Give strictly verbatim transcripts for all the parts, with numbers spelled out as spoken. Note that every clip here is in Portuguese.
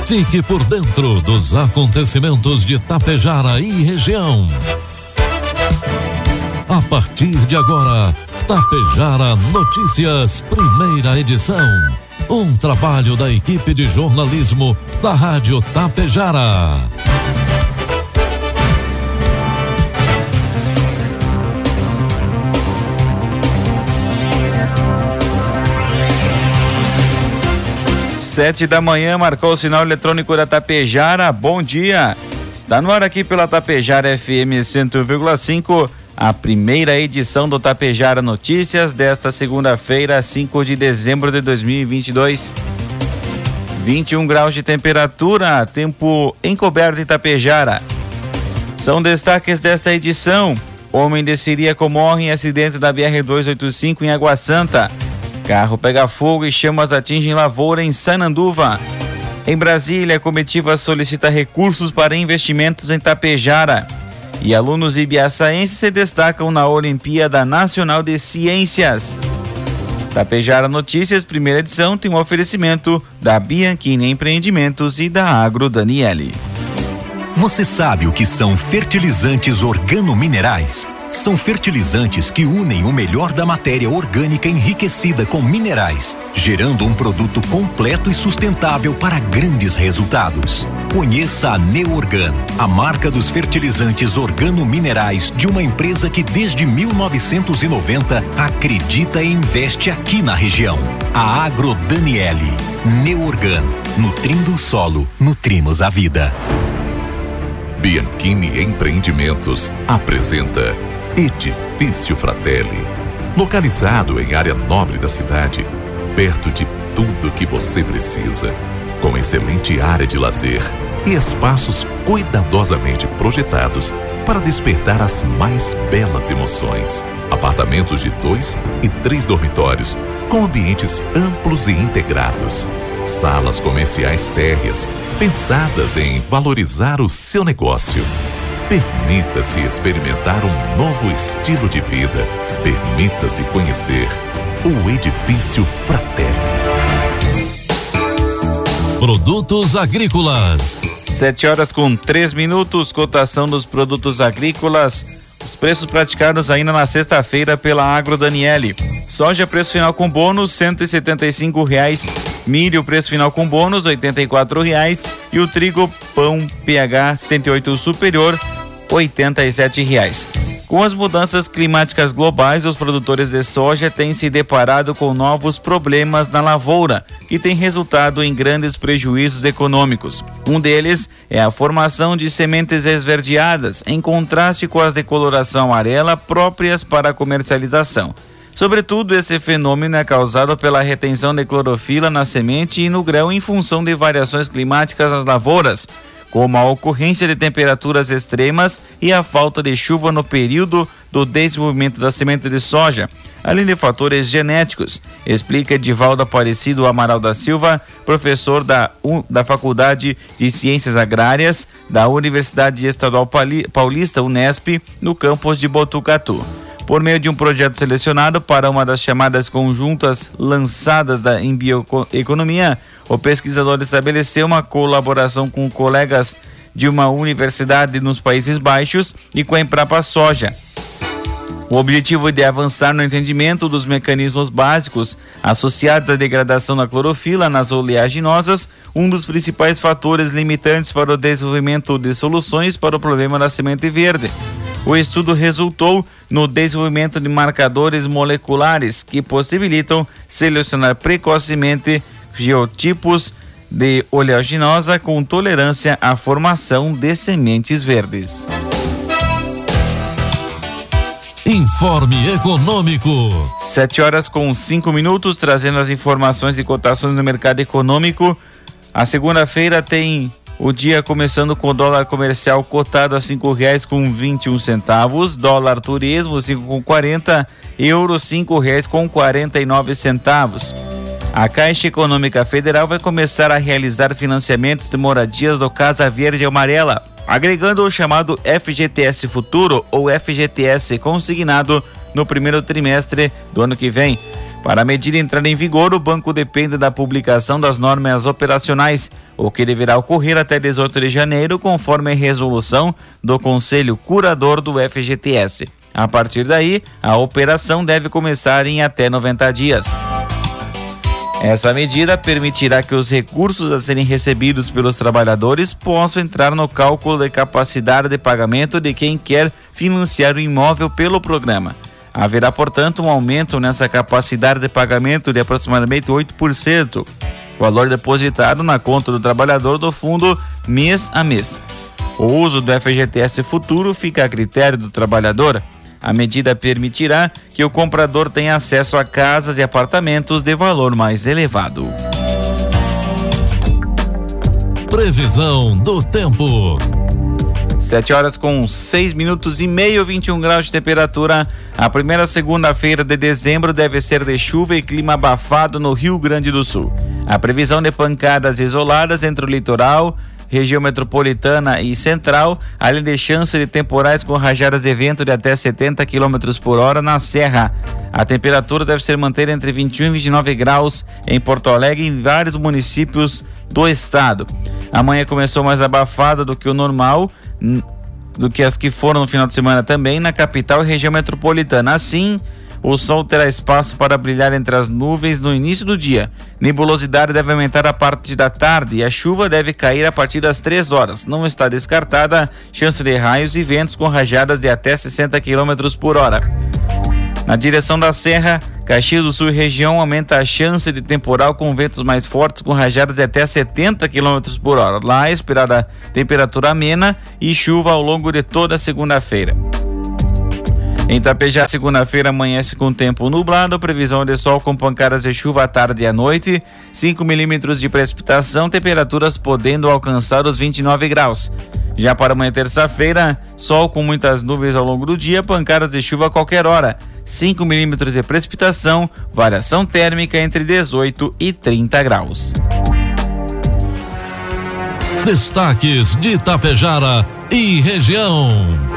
Fique por dentro dos acontecimentos de Tapejara e região. A partir de agora, Tapejara Notícias, primeira edição. Um trabalho da equipe de jornalismo da Rádio Tapejara. Sete da manhã, marcou o sinal eletrônico da Tapejara. Bom dia. Está no ar aqui pela Tapejara F M cento um vírgula cinco. A primeira edição do Tapejara Notícias desta segunda-feira, cinco de dezembro de dois mil e vinte e dois. vinte e um graus de temperatura, tempo encoberto em Tapejara. São destaques desta edição. Homem de Siríaco morre em acidente da B R duzentos e oitenta e cinco em Água Santa. Carro pega fogo e chamas atingem lavoura em Sananduva. Em Brasília, a comitiva solicita recursos para investimentos em Tapejara. E alunos ibiaçaenses se destacam na Olimpíada Nacional de Ciências. Tapejara Notícias, primeira edição, tem um oferecimento da Bianchini Empreendimentos e da Agro Daniele. Você sabe o que são fertilizantes organominerais? São fertilizantes que unem o melhor da matéria orgânica enriquecida com minerais, gerando um produto completo e sustentável para grandes resultados. Conheça a Neorgan, a marca dos fertilizantes organominerais de uma empresa que desde mil novecentos e noventa acredita e investe aqui na região. A Agro Daniele. Neorgan, nutrindo o solo, nutrimos a vida. Bianchini Empreendimentos apresenta Edifício Fratelli, localizado em área nobre da cidade, perto de tudo que você precisa, com excelente área de lazer e espaços cuidadosamente projetados para despertar as mais belas emoções. Apartamentos de dois e três dormitórios, com ambientes amplos e integrados. Salas comerciais térreas, pensadas em valorizar o seu negócio. Permita-se experimentar um novo estilo de vida. Permita-se conhecer o Edifício Fratelli. Produtos agrícolas. Sete horas com três minutos, cotação dos produtos agrícolas. Os preços praticados ainda na sexta-feira pela Agro Daniele. Soja, preço final com bônus, cento e setenta e cinco reais. Milho, preço final com bônus, oitenta e quatro reais. E o trigo, pão P H setenta e oito superior, oitenta e sete reais. Com as mudanças climáticas globais, os produtores de soja têm se deparado com novos problemas na lavoura, que tem resultado em grandes prejuízos econômicos. Um deles é a formação de sementes esverdeadas, em contraste com as de coloração amarela próprias para a comercialização. Sobretudo, esse fenômeno é causado pela retenção de clorofila na semente e no grão em função de variações climáticas nas lavouras, como a ocorrência de temperaturas extremas e a falta de chuva no período do desenvolvimento da semente de soja, além de fatores genéticos, explica Edivaldo Aparecido Amaral da Silva, professor da, da Faculdade de Ciências Agrárias da Universidade Estadual Paulista, Unesp, no campus de Botucatu. Por meio de um projeto selecionado para uma das chamadas conjuntas lançadas da, em bioeconomia, o pesquisador estabeleceu uma colaboração com colegas de uma universidade nos Países Baixos e com a Embrapa Soja. O objetivo é avançar no entendimento dos mecanismos básicos associados à degradação da clorofila nas oleaginosas, um dos principais fatores limitantes para o desenvolvimento de soluções para o problema da semente verde. O estudo resultou no desenvolvimento de marcadores moleculares que possibilitam selecionar precocemente geotipos de oleaginosa com tolerância à formação de sementes verdes. Informe Econômico. Sete horas com cinco minutos, trazendo as informações e cotações no mercado econômico. A segunda-feira tem o dia começando com o dólar comercial cotado a cinco reais com vinte e um centavos, dólar turismo cinco com quarenta, euro cinco reais com quarenta e nove centavos. A Caixa Econômica Federal vai começar a realizar financiamentos de moradias do Casa Verde e Amarela, agregando o chamado F G T S Futuro ou F G T S consignado no primeiro trimestre do ano que vem. Para a medida entrar em vigor, o banco depende da publicação das normas operacionais, o que deverá ocorrer até dezoito de janeiro, conforme a resolução do Conselho Curador do F G T S. A partir daí, a operação deve começar em até noventa dias. Essa medida permitirá que os recursos a serem recebidos pelos trabalhadores possam entrar no cálculo de capacidade de pagamento de quem quer financiar o imóvel pelo programa. Haverá, portanto, um aumento nessa capacidade de pagamento de aproximadamente oito por cento, valor depositado na conta do trabalhador do fundo mês a mês. O uso do F G T S futuro fica a critério do trabalhador. A medida permitirá que o comprador tenha acesso a casas e apartamentos de valor mais elevado. Previsão do tempo. Sete horas com seis minutos e meio, vinte e um graus de temperatura. A primeira segunda-feira de dezembro deve ser de chuva e clima abafado no Rio Grande do Sul. A previsão de pancadas isoladas entre o litoral, região metropolitana e central, além de chance de temporais com rajadas de vento de até setenta quilômetros por hora na serra. A temperatura deve ser mantida entre vinte e um e vinte e nove graus em Porto Alegre e em vários municípios do estado. Amanhã começou mais abafada do que o normal, do que as que foram no final de semana também na capital e região metropolitana. Assim, o sol terá espaço para brilhar entre as nuvens no início do dia. Nebulosidade deve aumentar a partir da tarde e a chuva deve cair a partir das três horas. Não está descartada chance de raios e ventos com rajadas de até sessenta quilômetros por hora. Na direção da Serra, Caxias do Sul e região aumenta a chance de temporal com ventos mais fortes com rajadas de até setenta quilômetros por hora. Lá é esperada temperatura amena e chuva ao longo de toda a segunda-feira. Em Tapejara, segunda-feira amanhece com tempo nublado, previsão de sol com pancadas de chuva à tarde e à noite, cinco milímetros de precipitação, temperaturas podendo alcançar os vinte e nove graus. Já para amanhã, terça-feira, sol com muitas nuvens ao longo do dia, pancadas de chuva a qualquer hora, cinco milímetros de precipitação, variação térmica entre dezoito e trinta graus. Destaques de Tapejara e região.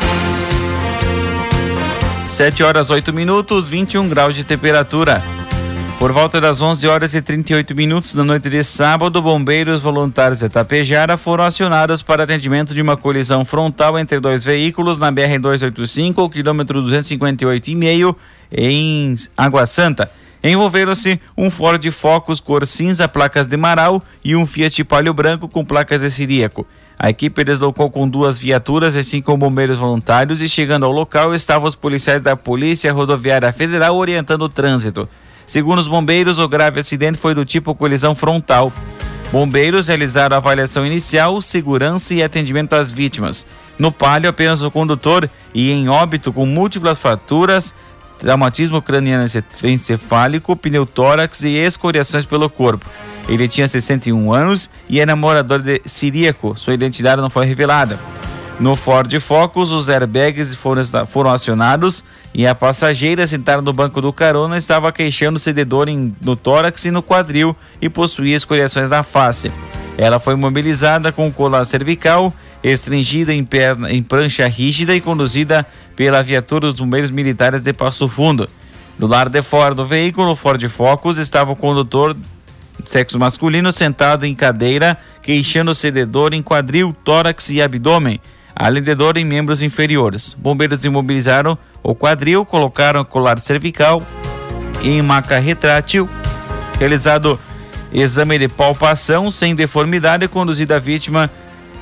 sete horas oito minutos, vinte e um graus de temperatura. Por volta das onze horas e trinta e oito minutos da noite de sábado, bombeiros voluntários de Tapejara foram acionados para atendimento de uma colisão frontal entre dois veículos na B R duzentos e oitenta e cinco, ao quilômetro duzentos e cinquenta e oito e meio, em Água Santa. Envolveram-se um Ford Focus cor cinza, placas de Marau, e um Fiat Palio branco com placas de Siríaco. A equipe deslocou com duas viaturas e cinco bombeiros voluntários e, chegando ao local, estavam os policiais da Polícia Rodoviária Federal orientando o trânsito. Segundo os bombeiros, o grave acidente foi do tipo colisão frontal. Bombeiros realizaram a avaliação inicial, segurança e atendimento às vítimas. No Palio, apenas o condutor e em óbito com múltiplas fraturas, traumatismo craniano encefálico, pneutórax e escoriações pelo corpo. Ele tinha sessenta e um anos e era morador de Siríaco. Sua identidade não foi revelada. No Ford Focus, os airbags foram, foram acionados e a passageira sentada no banco do carona estava queixando-se de dor em, no tórax e no quadril e possuía escoriações na face. Ela foi mobilizada com colar cervical, estringida em, perna, em prancha rígida e conduzida pela viatura dos bombeiros militares de Passo Fundo. Do lado de fora do veículo Ford Focus estava o condutor sexo masculino sentado em cadeira, queixando-se de dor em quadril, tórax e abdômen, além de dor em membros inferiores. Bombeiros imobilizaram o quadril, colocaram colar cervical em maca retrátil, realizado exame de palpação sem deformidade e conduzida a vítima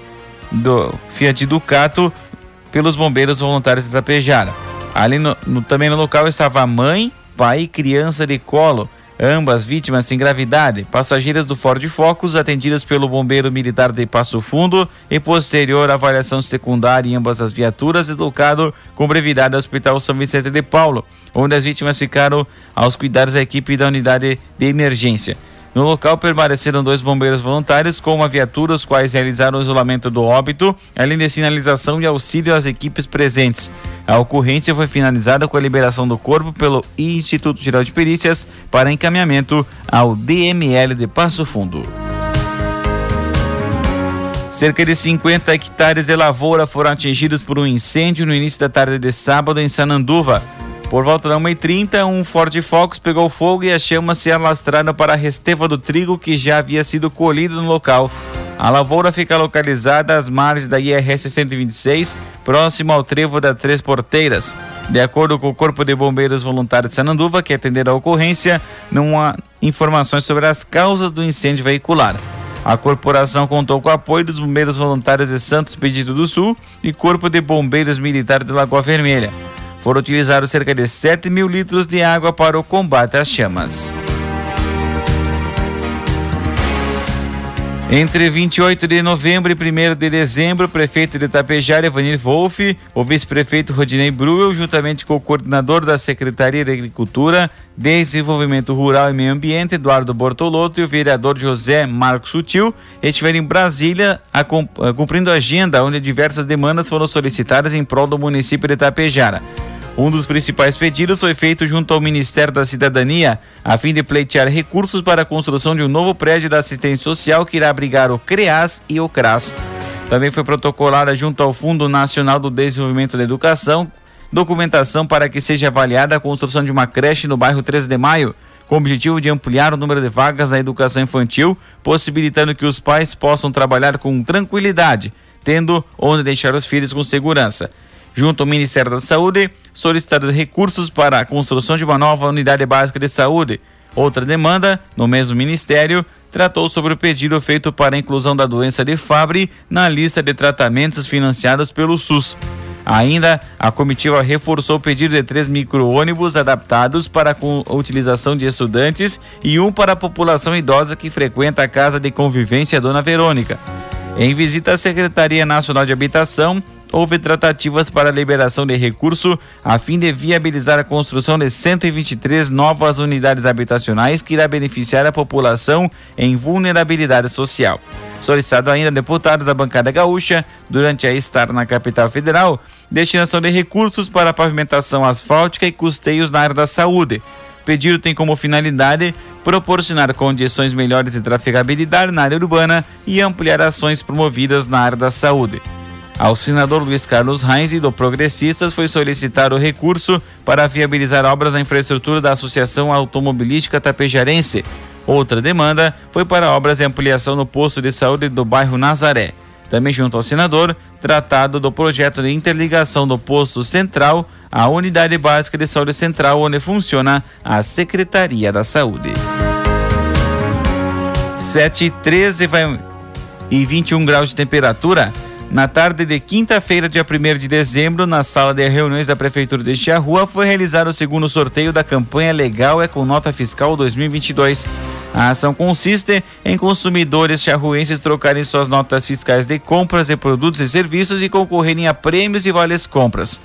do Fiat Ducato pelos bombeiros voluntários de Tapejara. Ali no, no, também no local estava a mãe, pai e criança de colo, ambas vítimas sem gravidade, passageiras do Ford Focus atendidas pelo bombeiro militar de Passo Fundo e posterior avaliação secundária em ambas as viaturas, deslocado com brevidade ao Hospital São Vicente de Paulo, onde as vítimas ficaram aos cuidados da equipe da unidade de emergência. No local permaneceram dois bombeiros voluntários com uma viatura, os quais realizaram o isolamento do óbito, além de sinalização e auxílio às equipes presentes. A ocorrência foi finalizada com a liberação do corpo pelo Instituto Geral de Perícias para encaminhamento ao D M L de Passo Fundo. Cerca de cinquenta hectares de lavoura foram atingidos por um incêndio no início da tarde de sábado em Sananduva. Por volta da uma e trinta, um Ford Focus pegou fogo e as chamas se alastraram para a resteva do trigo que já havia sido colhido no local. A lavoura fica localizada às margens da I R S cento e vinte e seis, próximo ao trevo das Três Porteiras. De acordo com o Corpo de Bombeiros Voluntários de Sananduva, que atenderam a ocorrência, não há informações sobre as causas do incêndio veicular. A corporação contou com o apoio dos Bombeiros Voluntários de Santos Expedito do Sul e Corpo de Bombeiros Militar de Lagoa Vermelha. Foram utilizados cerca de sete mil litros de água para o combate às chamas. Entre vinte e oito de novembro e primeiro de dezembro, o prefeito de Tapejara, Evanir Wolff, o vice-prefeito Rodinei Bruel, juntamente com o coordenador da Secretaria de Agricultura, Desenvolvimento Rural e Meio Ambiente, Eduardo Bortolotto, e o vereador José Marcos Sutil, estiveram em Brasília a, a, cumprindo a agenda, onde diversas demandas foram solicitadas em prol do município de Tapejara. Um dos principais pedidos foi feito junto ao Ministério da Cidadania, a fim de pleitear recursos para a construção de um novo prédio da assistência social que irá abrigar o CREAS e o CRAS. Também foi protocolada junto ao Fundo Nacional do Desenvolvimento da Educação, documentação para que seja avaliada a construção de uma creche no bairro treze de maio, com o objetivo de ampliar o número de vagas na educação infantil, possibilitando que os pais possam trabalhar com tranquilidade, tendo onde deixar os filhos com segurança. Junto ao Ministério da Saúde, solicitaram recursos para a construção de uma nova unidade básica de saúde. Outra demanda, no mesmo Ministério, tratou sobre o pedido feito para a inclusão da doença de Fabry na lista de tratamentos financiados pelo SUS. Ainda, a comitiva reforçou o pedido de três micro-ônibus adaptados para a utilização de estudantes e um para a população idosa que frequenta a Casa de Convivência Dona Verônica. Em visita à Secretaria Nacional de Habitação, houve tratativas para a liberação de recurso a fim de viabilizar a construção de cento e vinte e três novas unidades habitacionais que irá beneficiar a população em vulnerabilidade social. Solicitado ainda a deputados da bancada gaúcha, durante a estar na capital federal, destinação de recursos para pavimentação asfáltica e custeios na área da saúde. O pedido tem como finalidade proporcionar condições melhores de trafegabilidade na área urbana e ampliar ações promovidas na área da saúde. Ao senador Luiz Carlos Reis, do Progressistas, foi solicitar o recurso para viabilizar obras na infraestrutura da Associação Automobilística Tapejarense. Outra demanda foi para obras de ampliação no posto de saúde do bairro Nazaré. Também junto ao senador, tratado do projeto de interligação do posto central à unidade básica de saúde central, onde funciona a Secretaria da Saúde. sete e treze vai... e vinte e um graus de temperatura. Na tarde de quinta-feira, dia primeiro de dezembro, na sala de reuniões da Prefeitura de Charrua, foi realizado o segundo sorteio da campanha Legal é com Nota Fiscal dois mil e vinte e dois. A ação consiste em consumidores charruenses trocarem suas notas fiscais de compras de produtos e serviços e concorrerem a prêmios e vales compras.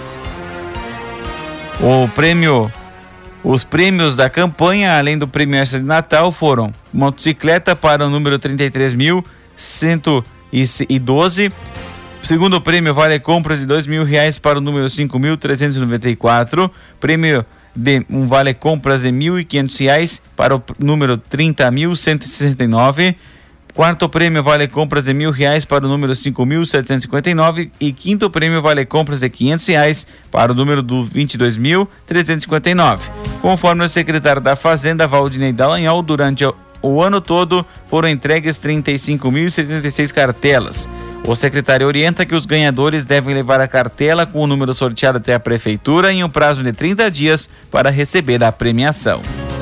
O prêmio... Os prêmios da campanha, além do prêmio extra de Natal, foram motocicleta para o número trinta e três mil cento e doze, segundo prêmio vale compras de dois mil reais para o número cinco mil trezentos e noventa e quatro, prêmio de um vale compras de mil e quinhentos reais para o número trinta mil cento e sessenta e nove, quarto prêmio vale compras de mil reais para o número cinco mil setecentos e cinquenta e nove e quinto prêmio vale compras de quinhentos reais para o número do vinte e dois mil trezentos e cinquenta e nove. Conforme o secretário da Fazenda, Valdinei Dallagnol, durante o O ano todo foram entregues trinta e cinco mil e setenta e seis cartelas. O secretário orienta que os ganhadores devem levar a cartela com o número sorteado até a prefeitura em um prazo de trinta dias para receber a premiação.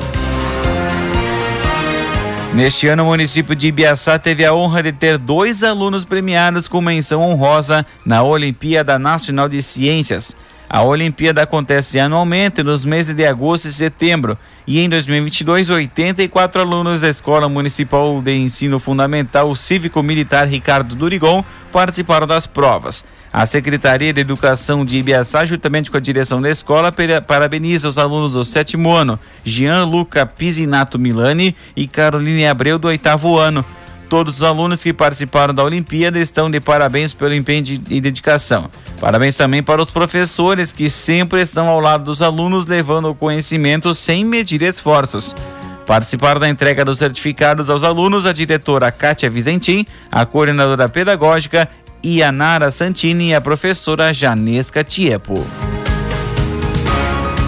Neste ano, o município de Ibiaçá teve a honra de ter dois alunos premiados com menção honrosa na Olimpíada Nacional de Ciências. A Olimpíada acontece anualmente nos meses de agosto e setembro e em dois mil e vinte e dois, oitenta e quatro alunos da Escola Municipal de Ensino Fundamental Cívico-Militar Ricardo Durigon participaram das provas. A Secretaria de Educação de Ibiaçá, juntamente com a direção da escola, parabeniza os alunos do sétimo ano, Gianluca Pisinato Milani e Caroline Abreu, do oitavo ano. Todos os alunos que participaram da Olimpíada estão de parabéns pelo empenho e dedicação. Parabéns também para os professores que sempre estão ao lado dos alunos, levando o conhecimento sem medir esforços. Participaram da entrega dos certificados aos alunos a diretora Kátia Vizentim, a coordenadora pedagógica Ianara Santini e a professora Janesca Tiepo.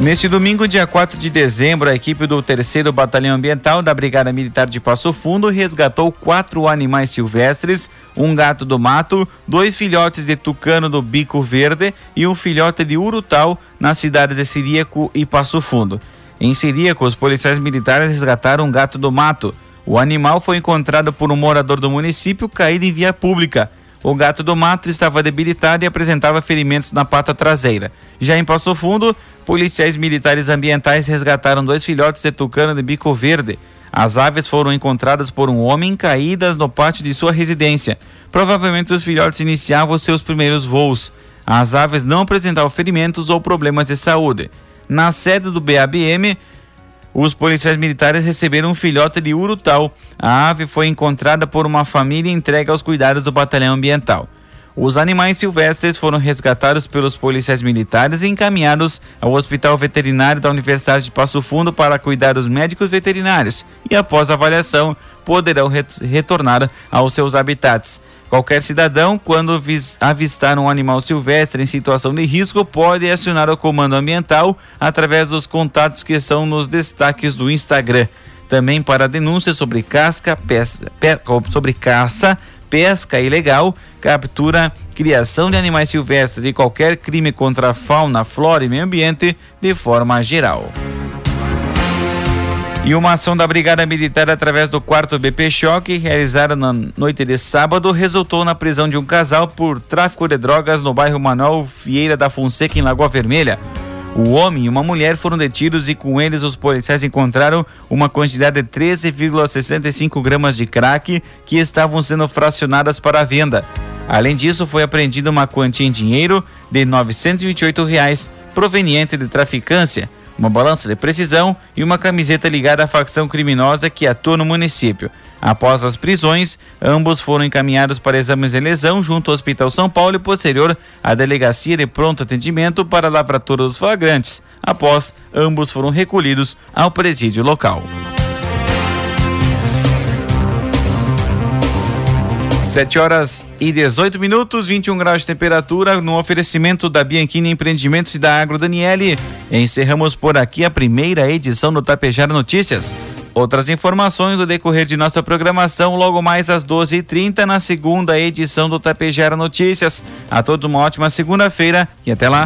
Neste domingo, dia quatro de dezembro, a equipe do terceiro Batalhão Ambiental da Brigada Militar de Passo Fundo resgatou quatro animais silvestres, um gato do mato, dois filhotes de tucano do bico verde e um filhote de urutau nas cidades de Siríaco e Passo Fundo. Em Siríaco, os policiais militares resgataram um gato do mato. O animal foi encontrado por um morador do município caído em via pública. O gato do mato estava debilitado e apresentava ferimentos na pata traseira. Já em Passo Fundo, policiais militares ambientais resgataram dois filhotes de tucano de bico verde. As aves foram encontradas por um homem caídas no pátio de sua residência. Provavelmente os filhotes iniciavam seus primeiros voos. As aves não apresentavam ferimentos ou problemas de saúde. Na sede do B A B M, os policiais militares receberam um filhote de urutau. A ave foi encontrada por uma família e entregue aos cuidados do Batalhão Ambiental. Os animais silvestres foram resgatados pelos policiais militares e encaminhados ao Hospital Veterinário da Universidade de Passo Fundo para cuidar dos médicos veterinários e, após a avaliação, poderão retornar aos seus habitats. Qualquer cidadão, quando avistar um animal silvestre em situação de risco, pode acionar o Comando Ambiental através dos contatos que estão nos destaques do Instagram. Também para denúncias sobre casca, pesca, pe, sobre caça, pesca ilegal, captura, criação de animais silvestres e qualquer crime contra a fauna, flora e meio ambiente de forma geral. E uma ação da Brigada Militar através do quarto B P Choque, realizada na noite de sábado, resultou na prisão de um casal por tráfico de drogas no bairro Manuel Vieira da Fonseca, em Lagoa Vermelha. O homem e uma mulher foram detidos e com eles os policiais encontraram uma quantidade de treze vírgula sessenta e cinco gramas de crack que estavam sendo fracionadas para a venda. Além disso, foi apreendida uma quantia em dinheiro de novecentos e vinte e oito reais proveniente de traficância, uma balança de precisão e uma camiseta ligada à facção criminosa que atua no município. Após as prisões, ambos foram encaminhados para exames de lesão junto ao Hospital São Paulo e posterior à Delegacia de Pronto Atendimento para a lavratura dos flagrantes. Após, ambos foram recolhidos ao presídio local. sete horas e dezoito minutos, vinte e um graus de temperatura, no oferecimento da Bianchini Empreendimentos e da Agro Daniele. Encerramos por aqui a primeira edição do Tapejara Notícias. Outras informações no decorrer de nossa programação logo mais às doze e trinta na segunda edição do Tapejara Notícias. A todos uma ótima segunda-feira e até lá.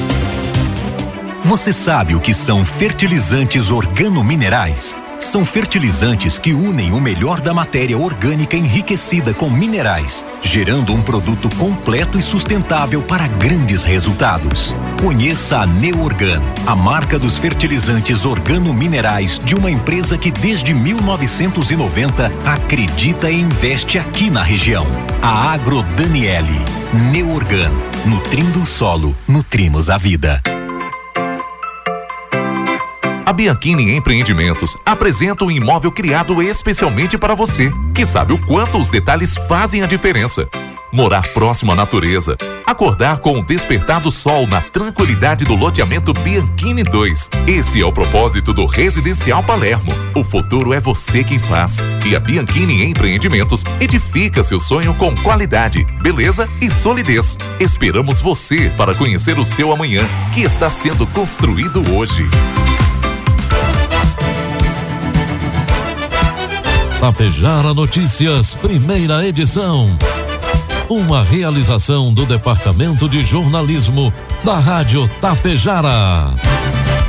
Você sabe o que são fertilizantes organominerais? São fertilizantes que unem o melhor da matéria orgânica enriquecida com minerais, gerando um produto completo e sustentável para grandes resultados. Conheça a Neorgan, a marca dos fertilizantes organominerais de uma empresa que desde mil novecentos e noventa acredita e investe aqui na região. A Agro Daniele. Neorgan, nutrindo o solo, nutrimos a vida. A Bianchini Empreendimentos apresenta um imóvel criado especialmente para você, que sabe o quanto os detalhes fazem a diferença. Morar próximo à natureza, acordar com o despertar do sol na tranquilidade do loteamento Bianchini dois. Esse é o propósito do Residencial Palermo. O futuro é você quem faz. E a Bianchini Empreendimentos edifica seu sonho com qualidade, beleza e solidez. Esperamos você para conhecer o seu amanhã, que está sendo construído hoje. Tapejara Notícias, primeira edição. Uma realização do Departamento de Jornalismo da Rádio Tapejara.